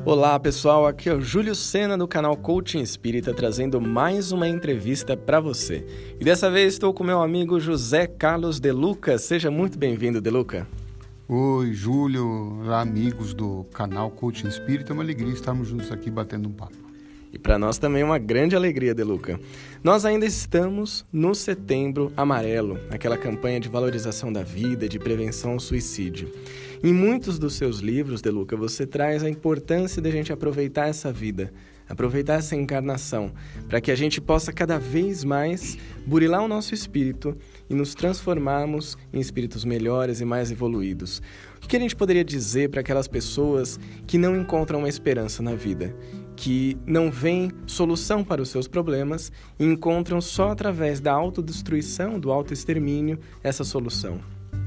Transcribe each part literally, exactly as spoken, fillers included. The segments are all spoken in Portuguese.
Olá pessoal, aqui é o Júlio Sena do canal Coaching Espírita trazendo mais uma entrevista para você. E dessa vez estou com meu amigo José Carlos De Luca. Seja muito bem-vindo, De Luca. Oi, Júlio, olá, amigos do canal Coaching Espírita. É uma alegria estarmos juntos aqui batendo um papo. E para nós também é uma grande alegria, De Luca. Nós ainda estamos no Setembro Amarelo, aquela campanha de valorização da vida, de prevenção ao suicídio. Em muitos dos seus livros, De Luca, você traz a importância de a gente aproveitar essa vida, aproveitar essa encarnação, para que a gente possa cada vez mais burilar o nosso espírito e nos transformarmos em espíritos melhores e mais evoluídos. O que a gente poderia dizer para aquelas pessoas que não encontram uma esperança na vida, que não veem solução para os seus problemas e encontram só através da autodestruição, do autoextermínio, essa solução?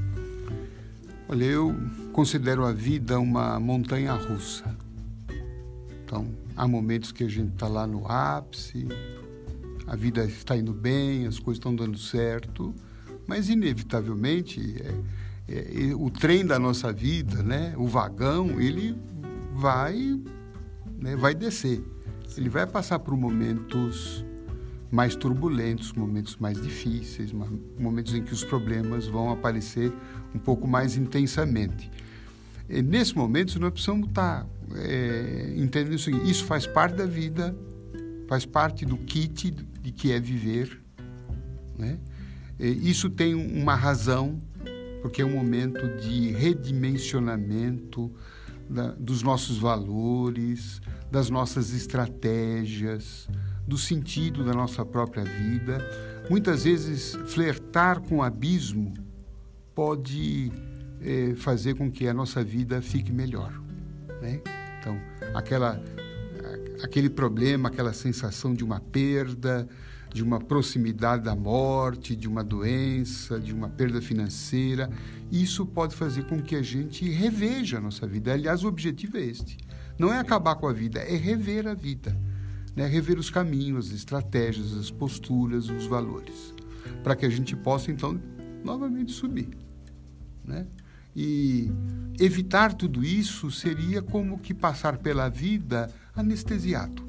Olha, eu considero a vida uma montanha-russa. Então, há momentos que a gente está lá no ápice, a vida está indo bem, as coisas estão dando certo, mas inevitavelmente é, é, o trem da nossa vida, né, o vagão, ele vai, né, vai descer. Ele vai passar por momentos mais turbulentos, momentos mais difíceis, momentos em que os problemas vão aparecer um pouco mais intensamente. E nesse momento, nós precisamos estar é, entendendo o seguinte: isso faz parte da vida, faz parte do kit de que é viver, né? E isso tem uma razão, porque é um momento de redimensionamento da, dos nossos valores, das nossas estratégias, do sentido da nossa própria vida. Muitas vezes, flertar com o abismo pode é, fazer com que a nossa vida fique melhor, né? Então, aquela, aquele problema, aquela sensação de uma perda, de uma proximidade da morte, de uma doença, de uma perda financeira, isso pode fazer com que a gente reveja a nossa vida. Aliás, o objetivo é este. Não é acabar com a vida, é rever a vida. Né, rever os caminhos, as estratégias, as posturas, os valores, para que a gente possa, então, novamente subir, né? E evitar tudo isso seria como que passar pela vida anestesiado.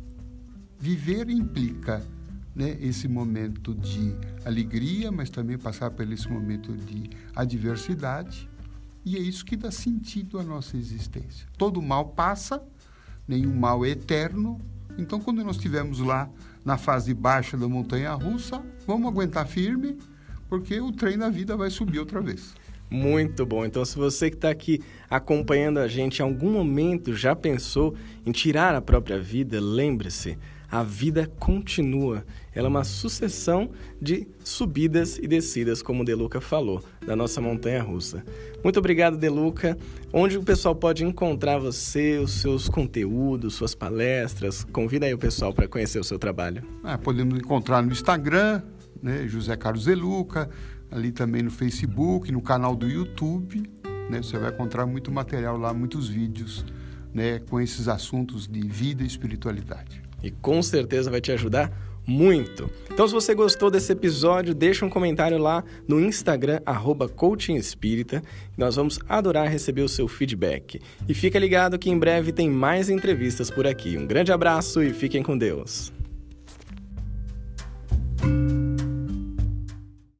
Viver implica, né, esse momento de alegria, mas também passar por esse momento de adversidade, e é isso que dá sentido à nossa existência. Todo mal passa, nenhum mal é eterno. Então, quando nós estivermos lá na fase baixa da montanha-russa, vamos aguentar firme, porque o trem da vida vai subir outra vez. Muito bom. Então, se você que está aqui acompanhando a gente, em algum momento já pensou em tirar a própria vida, lembre-se, a vida continua. Ela é uma sucessão de subidas e descidas, como o De Luca falou, da nossa montanha-russa. Muito obrigado, De Luca. Onde o pessoal pode encontrar você, os seus conteúdos, suas palestras? Convida aí o pessoal para conhecer o seu trabalho. Ah, podemos encontrar no Instagram, né, José Carlos De Luca, ali também no Facebook, no canal do YouTube, né, você vai encontrar muito material lá, muitos vídeos, né, com esses assuntos de vida e espiritualidade. E com certeza vai te ajudar muito. Então, se você gostou desse episódio, deixa um comentário lá no Instagram, arroba Coaching Espírita. Nós vamos adorar receber o seu feedback. E fica ligado que em breve tem mais entrevistas por aqui. Um grande abraço e fiquem com Deus.